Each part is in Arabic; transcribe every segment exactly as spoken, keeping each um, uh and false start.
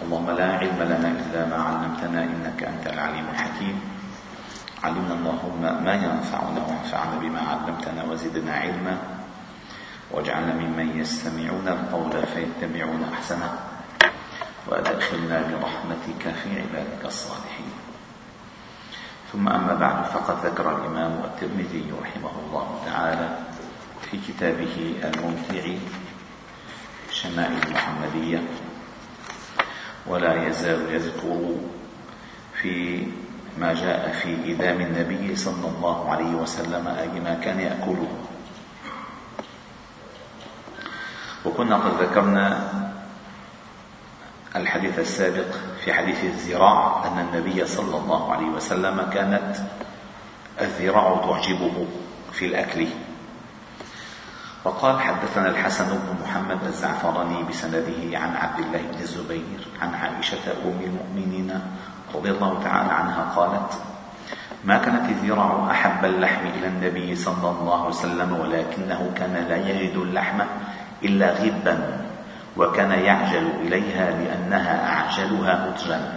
اللهم لا علم لنا إلا ما علمتنا إنك أنت العليم الحكيم. علمنا اللهم ما ينفعنا وانفعنا بما علمتنا وزدنا علما، واجعلنا ممن يستمعون القول فيتبعون أحسنه، وأدخلنا برحمتك في عبادك الصالحين. ثم أما بعد، فقد ذكر الإمام الترمذي رحمه الله تعالى في كتابه الممتع شمائل المحمدية، ولا يزال يذكر في ما جاء في إدام النبي صلى الله عليه وسلم أي ما كان يأكله. وكنا قد ذكرنا الحديث السابق في حديث الذراع أن النبي صلى الله عليه وسلم كانت الذراع تعجبه في الأكل. وقال: حدثنا الحسن بن محمد الزعفراني بسنده عن عبد الله بن الزبير عن عائشة أم المؤمنين رضي الله تعالى عنها قالت: ما كانت الذراع أحب اللحم إلى النبي صلى الله عليه وسلم، ولكنه كان لا يجد اللحم إلا غبا، وكان يعجل إليها لأنها أعجلها متجا.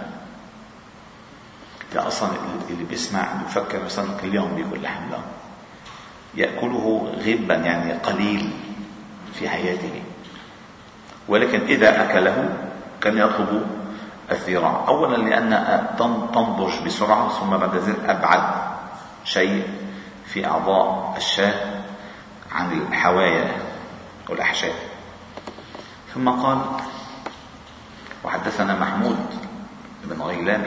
لا أصلا اللي بيسمع يفكر مثلا كل يوم بيأكل لحم، لا، يأكله غبا يعني قليل في حياته، ولكن إذا أكله كان يطلب الذراع، أولا لأن تنضج بسرعة، ثم بعد ذلك أبعد شيء في أعضاء الشاة عن الحوايا والأحشاء. ثم قال: وحدثنا محمود بن غيلان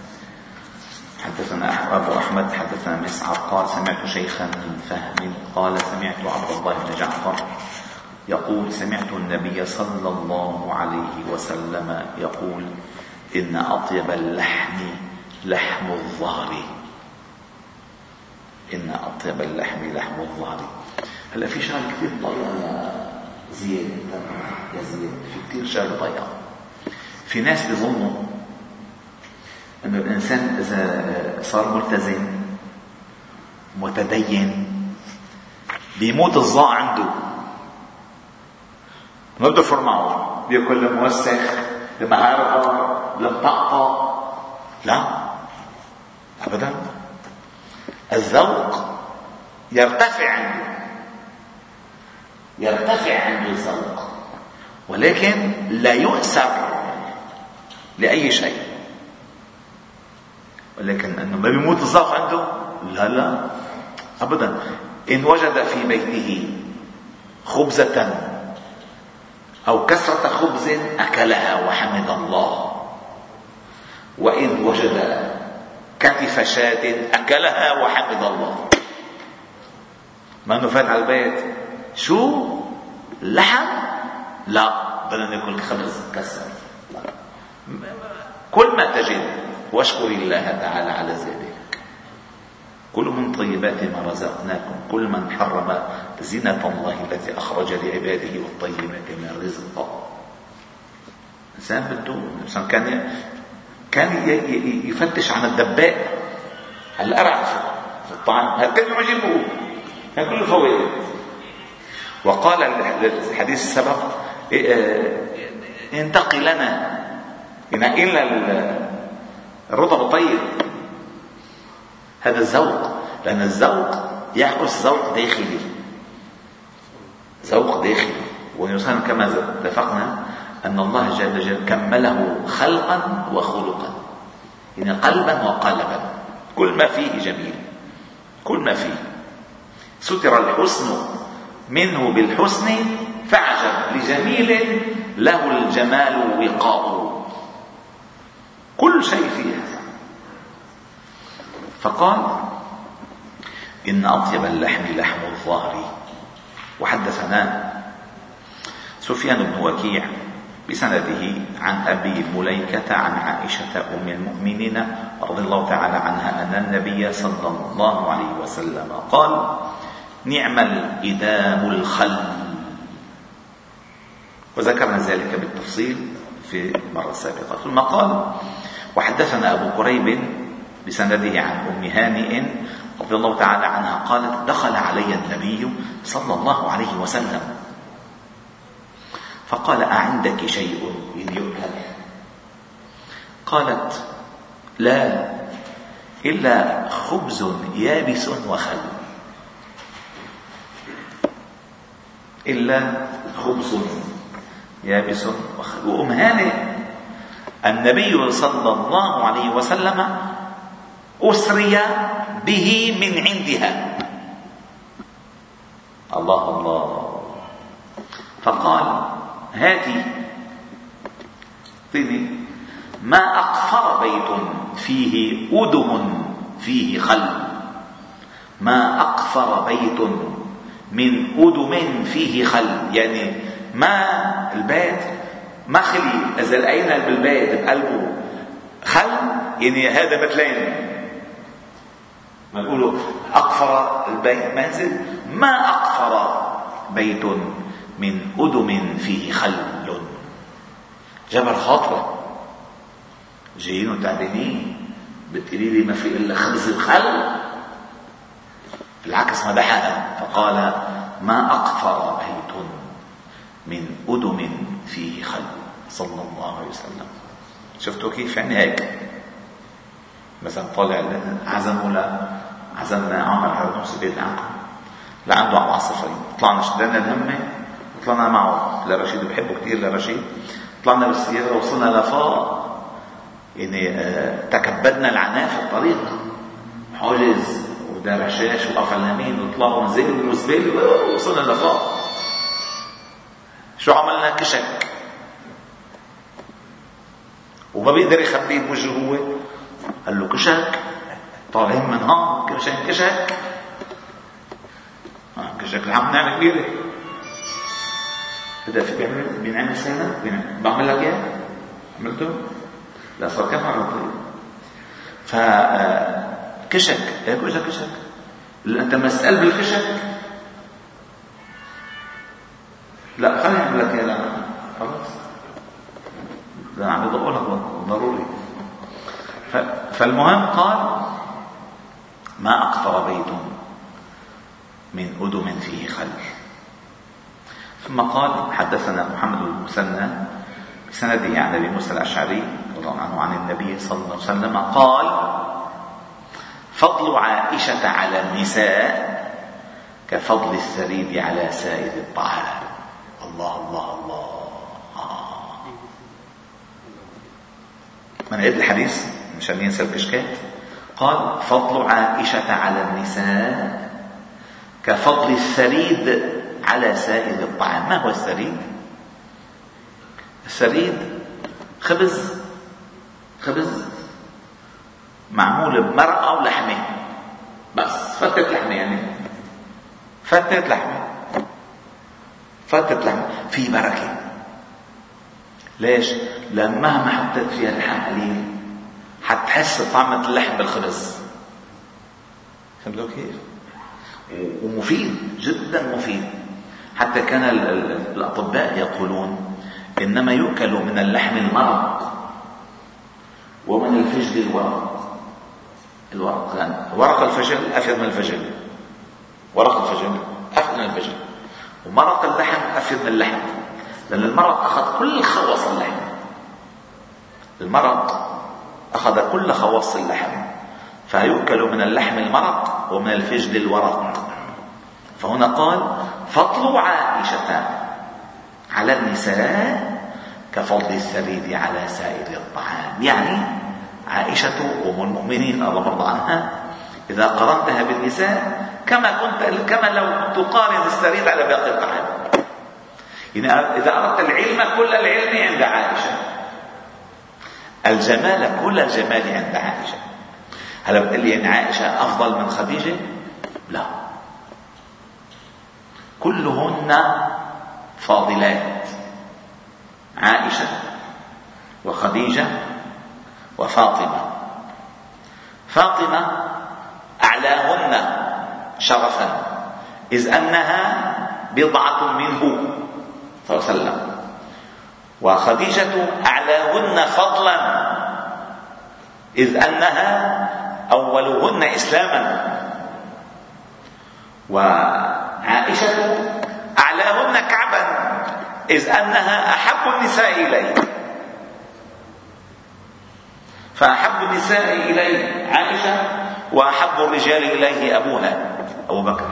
حدثنا أبو أحمد حدثنا مسعر قال: سمعت شيخا من فهم قال: سمعت عبد الله بن جعفر يقول: سمعت النبي صلى الله عليه وسلم يقول: إن أطيب اللحم لحم الظهر. إن أطيب اللحم لحم الظهر. هلا في شغل كثير ضيق زيادة يا زيادة، في كثير شغل ضيق. في ناس بيظنوا أن الإنسان إذا صار ملتزم متدين بيموت الظاء عنده، ما بده يفر معه، بيأكل موسخ بمهارة لمطقطق. لا أبدا، الذوق يرتفع عنده، يرتفع عنده الذوق، ولكن لا يؤثر لأي شيء. ولكن أنه ما بيموت الذوق عنده، لا لا أبدا. إن وجد في بيته خبزة أو كسرة خبز أكلها وحمد الله، وإن وجد كتف شاة أكلها وحمد الله. ما نفات على البيت شو لحم؟ لا، بدنا ناكل خبز كسر. لا. كل ما تجد واشكر الله تعالى على ذلك. كل من طيبات ما رزقناكم، كل من حرم زينة الله التي أخرج لعباده والطيبات من الرزق. إنسان بده إنسان كان كان يفتش عن الدباء، على القرع في الطعام، هذا كله يجيبه، هذا كله فوائد. وقال الحديث السبق: انتقي لنا ينقي لنا الرطب الطيب. هذا الذوق، لأن الذوق يعكس ذوق داخلي، ذوق داخلي. والإنسان كما اتفقنا أن الله جل جلاله كمله خلقا وخلقا، يعني قلبا وقالبا، كل ما فيه جميل، كل ما فيه. ستر الحسن منه بالحسن فعجب لجميل له الجمال وقاء. كل شيء فيه هذا. فقال: إن أطيب اللحم لحم الظهر. وحدثنا سفيان بن وكيع بسنده عن أبي مليكة عن عائشة أم المؤمنين رضي الله تعالى عنها أن النبي صلى الله عليه وسلم قال: نعم الإدام الخل. وذكرنا ذلك بالتفصيل في المرة السابقة. ثم قال: وحدثنا أبو قريب بسنده عن أم هانئ رضي الله تعالى عنها قالت: دخل علي النبي صلى الله عليه وسلم فقال: أعندك شيء يؤكل؟ قالت لا، إلا خبز يابس وخل، إلا خبز يابس وخل. وأم هانئ النبي صلى الله عليه وسلم أسري به من عندها، الله الله، فقال هاتي طيني ما أقفر بيت فيه أدم فيه خل، ما أقفر بيت من أدم فيه خل، يعني ما البيت ما خلي، إذا لقينا بالبيت بقلبه خل يعني هذا مثلين، ما نقوله أقفر البيت منزل، ما أقفر بيت من أدم فيه خل. جبر خاطرة جايين وتعبانين بتقولي لي ما في إلا خبز الخل؟ بالعكس مدحها فقال ما أقفر بيت من أدم فيه خل، صلى الله عليه وسلم. شفتوا كيف يعني هيك مثلا طالع عزموا لا عزمنا عامر على نفس بيت عنكم لعنده على عصفرين، طلعنا شدنا الهمة وطلعنا معه لرشيد، بحبه كتير لرشيد، طلعنا بالسيارة وصلنا لفاق يعني آه تكبدنا العناء في الطريق، حجز وده رشاش وقفلنا يمين وطلعوا نزل وزبيل وصلنا لفاق. شو عملنا؟ كشك، وما بيقدر يخبيه بوجهه هو، قال له كشك طالعين من هون كشك كشك آه كشك الحمد نعمة كبيرة. هذا في بيعمل بينعمل سنة بعمل لك اياه عملته لا صار كم مرة طيب. فكشك هيك اجا كشك، انت مسأل بالكشك لا خليني اعمل لك اياه، لا خلاص لا عم يضبط لك ضروري. فالمهم قال ما أقفر بيت من أدم فيه خل. ثم قال حدثنا محمد بن المثنى بسنده عن ابي موسى الاشعري رضي الله عنه عن النبي صلى الله عليه وسلم قال فضل عائشة على النساء كفضل الثريد على سائر الطعام. الله الله الله آه. من عيد الحديث مشان ينسى الكشكات، قال فضل عائشة على النساء كفضل الثريد على سائر الطعام. ما هو الثريد؟ الثريد خبز خبز معمول بمرقة ولحمة، بس فتة لحمة، يعني فتة لحمة فتة لحمة في بركة. ليش؟ لأن مهما حطيت فيها لحم قليل حتحس طعمة اللحم بالخبز. فهمتوا كيف؟ ومفيد جدا مفيد. حتى كان الأطباء يقولون إنما يؤكل من اللحم المرق ومن الفجل الورق. الورق يعني ورق الفجل أفيد من الفجل، ورق الفجل أفيد من الفجل، ومرق اللحم أفيد من اللحم، لأن المرق أخذ كل خواص اللحم. المرق أخذ كل خواص اللحم، فيؤكل من اللحم المرق ومن الفجل الورق. فهنا قال فضل عائشة على النساء كفضل الثريد على سائر الطعام. يعني عائشة أم المؤمنين الله يرضى عنها إذا قارنتها بالنساء كما كنت كما لو تقارن الثريد على باقي الطعام. يعني إذا أردت العلم كل العلم عند عائشة، الجمال كل الجمال عند عائشة. هل بتقول لي أن عائشة أفضل من خديجة؟ لا، كلهن فاضلات، عائشة وخديجة وفاطمة. فاطمة أعلاهن شرفا إذ أنها بضعة منه صلى الله عليه وسلم، وخديجة أعلاهن فضلا إذ أنها أولهن إسلاما، وعائشة أعلاهن كعبا إذ أنها أحب النساء إليه. فأحب النساء إليه عائشة، وأحب الرجال إليه أبوها أبو بكر،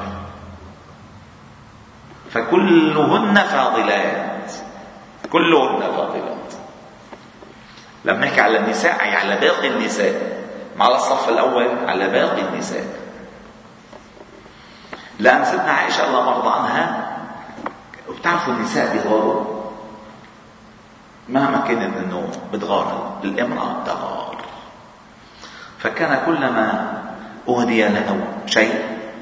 فكلهن فاضلات، كلهن فاضلات. لما نحكي على النساء أي على باقي النساء، مع الصف الأول على باقي النساء. لأن سيدنا عائشة الله مرضى عنها، وبتعرفوا النساء بيغاروا مهما كانت انه بتغار، الامرأة تغار. فكان كلما أهدي له شيء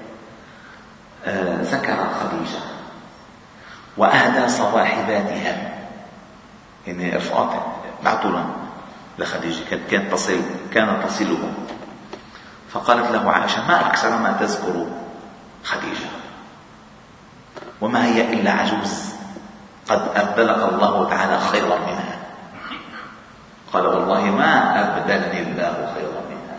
ذكر خديجة وأهدى صواحباتها، يعني رفقاتها بعثوا لهم لخديجة، كانت تصل كانت تصلهم. فقالت له عائشة: ما أكثر ما تذكر خديجة، وما هي إلا عجوز قد أبدلك الله تعالى خيرا منها. قال: والله ما أبدلني الله خيرا منها.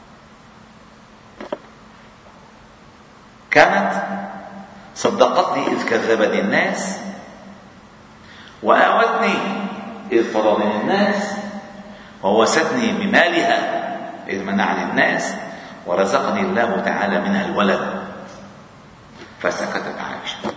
كانت صدقتني إذ كذبني الناس، وآوتني إذ فرضني الناس، ووستني بمالها إذ منعني الناس، ورزقني الله تعالى منها الولد. فسكتت عائشة.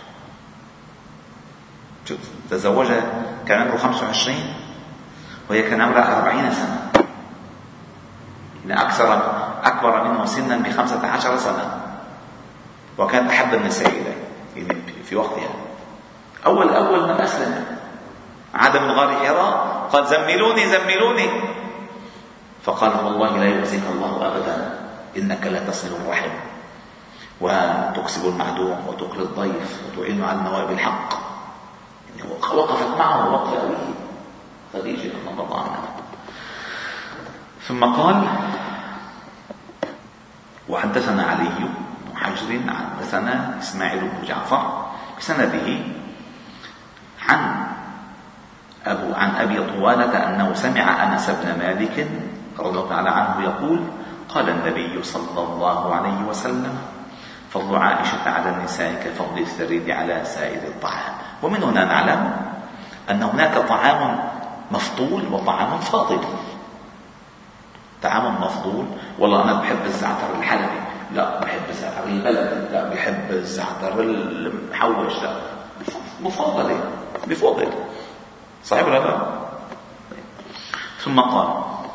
تزوجها كان عمره خمسة وعشرين وهي كان عمرها أربعين سنة، يعني أكثر أكبر منه سنا بخمسة عشر سنة، وكانت أحب النساء إليه يعني في وقتها. أول أول ما أسلم عاد من غار حراء قال: زملوني زملوني. فقال: والله لا يخزيك الله أبدا، إنك لا تصل الرحم وتكسب المعدوم وتقري الضيف وتعين على النوائب الحق. يعني وقفت معه وقفة قوية خديجة رضي الله عنها. ثم قال: وحدثنا علي بن حجر حدثنا إسماعيل بن جعفر بسنده عن أبو عن أبي طوالة أنه سمع أنس بن مالك رضي الله تعالى عنه يقول: قال النبي صلى الله عليه وسلم: فضل عائشة على النساء كفضل الثريد على سائر الطعام. ومن هنا نعلم أن هناك طعام مفضول وطعام فاضل. طعام مفضول: والله أنا بحب الزعتر الحلبي، لا بحب الزعتر البلدي، لا بحب الزعتر المحوش، لا مفضلة بفضل. صحيح ولا لا؟ ثم قال: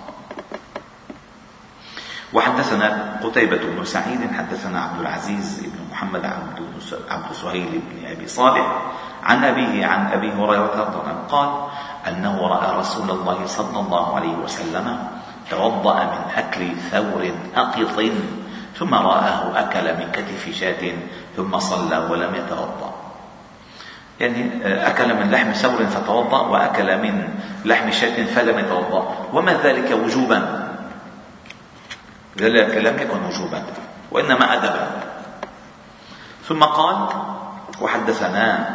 وحدثنا قتيبة بن سعيد حدثنا عبد العزيز بن محمد عبد سهيل بن أبي صالح عن أبيه عن أبي هريرة قال أنه رأى رسول الله صلى الله عليه وسلم توضأ من أكل ثور أقط، ثم رآه أكل من كتف شاة ثم صلى ولم يتوضأ. يعني أكل من لحم ثور فتوضأ، وأكل من لحم شاة فلم يتوضأ. وما ذلك وجوبا، ذلك لم يكن وجوبا وإنما أدبا. ثم قال: وحدثنا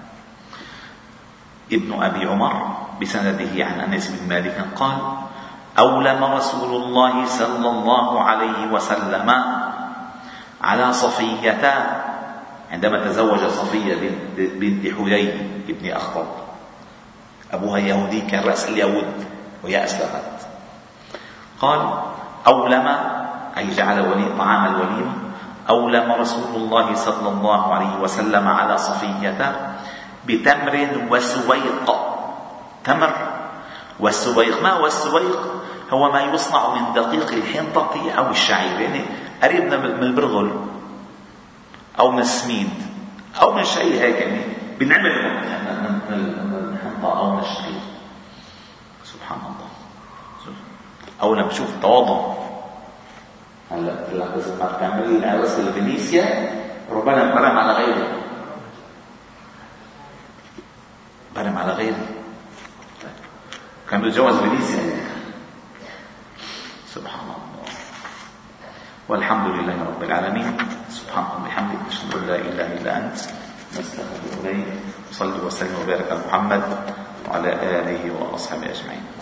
ابن أبي عمر بسنده عن أنس بن مالك قال: أولم رسول الله صلى الله عليه وسلم على صفية عندما تزوج صفية بنت حيي بن أخطب. أبوها يهودي كان رأس اليهود وهي أسلمت. قال: أولم أي جعل ولي طعام الوليمة. أولم رسول الله صلى الله عليه وسلم على صفية بتمر وسويق. تمر والسويق، ما هو السويق؟ هو ما يصنع من دقيق الحنطة أو الشعير، يعني قريب من البرغل أو من السميد أو من شيء هيك، يعني بنعمل من الحنطة أو من الشعير. سبحان الله. أو لما بشوف التواضع، هلا لحظة ما تعمل العرس الفينيسيا ربنا برم على غيره، برم على غيره، كان بيتجوز فينيسيا. سبحان الله. والحمد لله رب العالمين. سبحان الله وبحمده، أشهد أن لا إله إلا أنت، نستغفرك إليك. صلوا وسلموا وبارك على محمد وعلى آله وأصحابه أجمعين.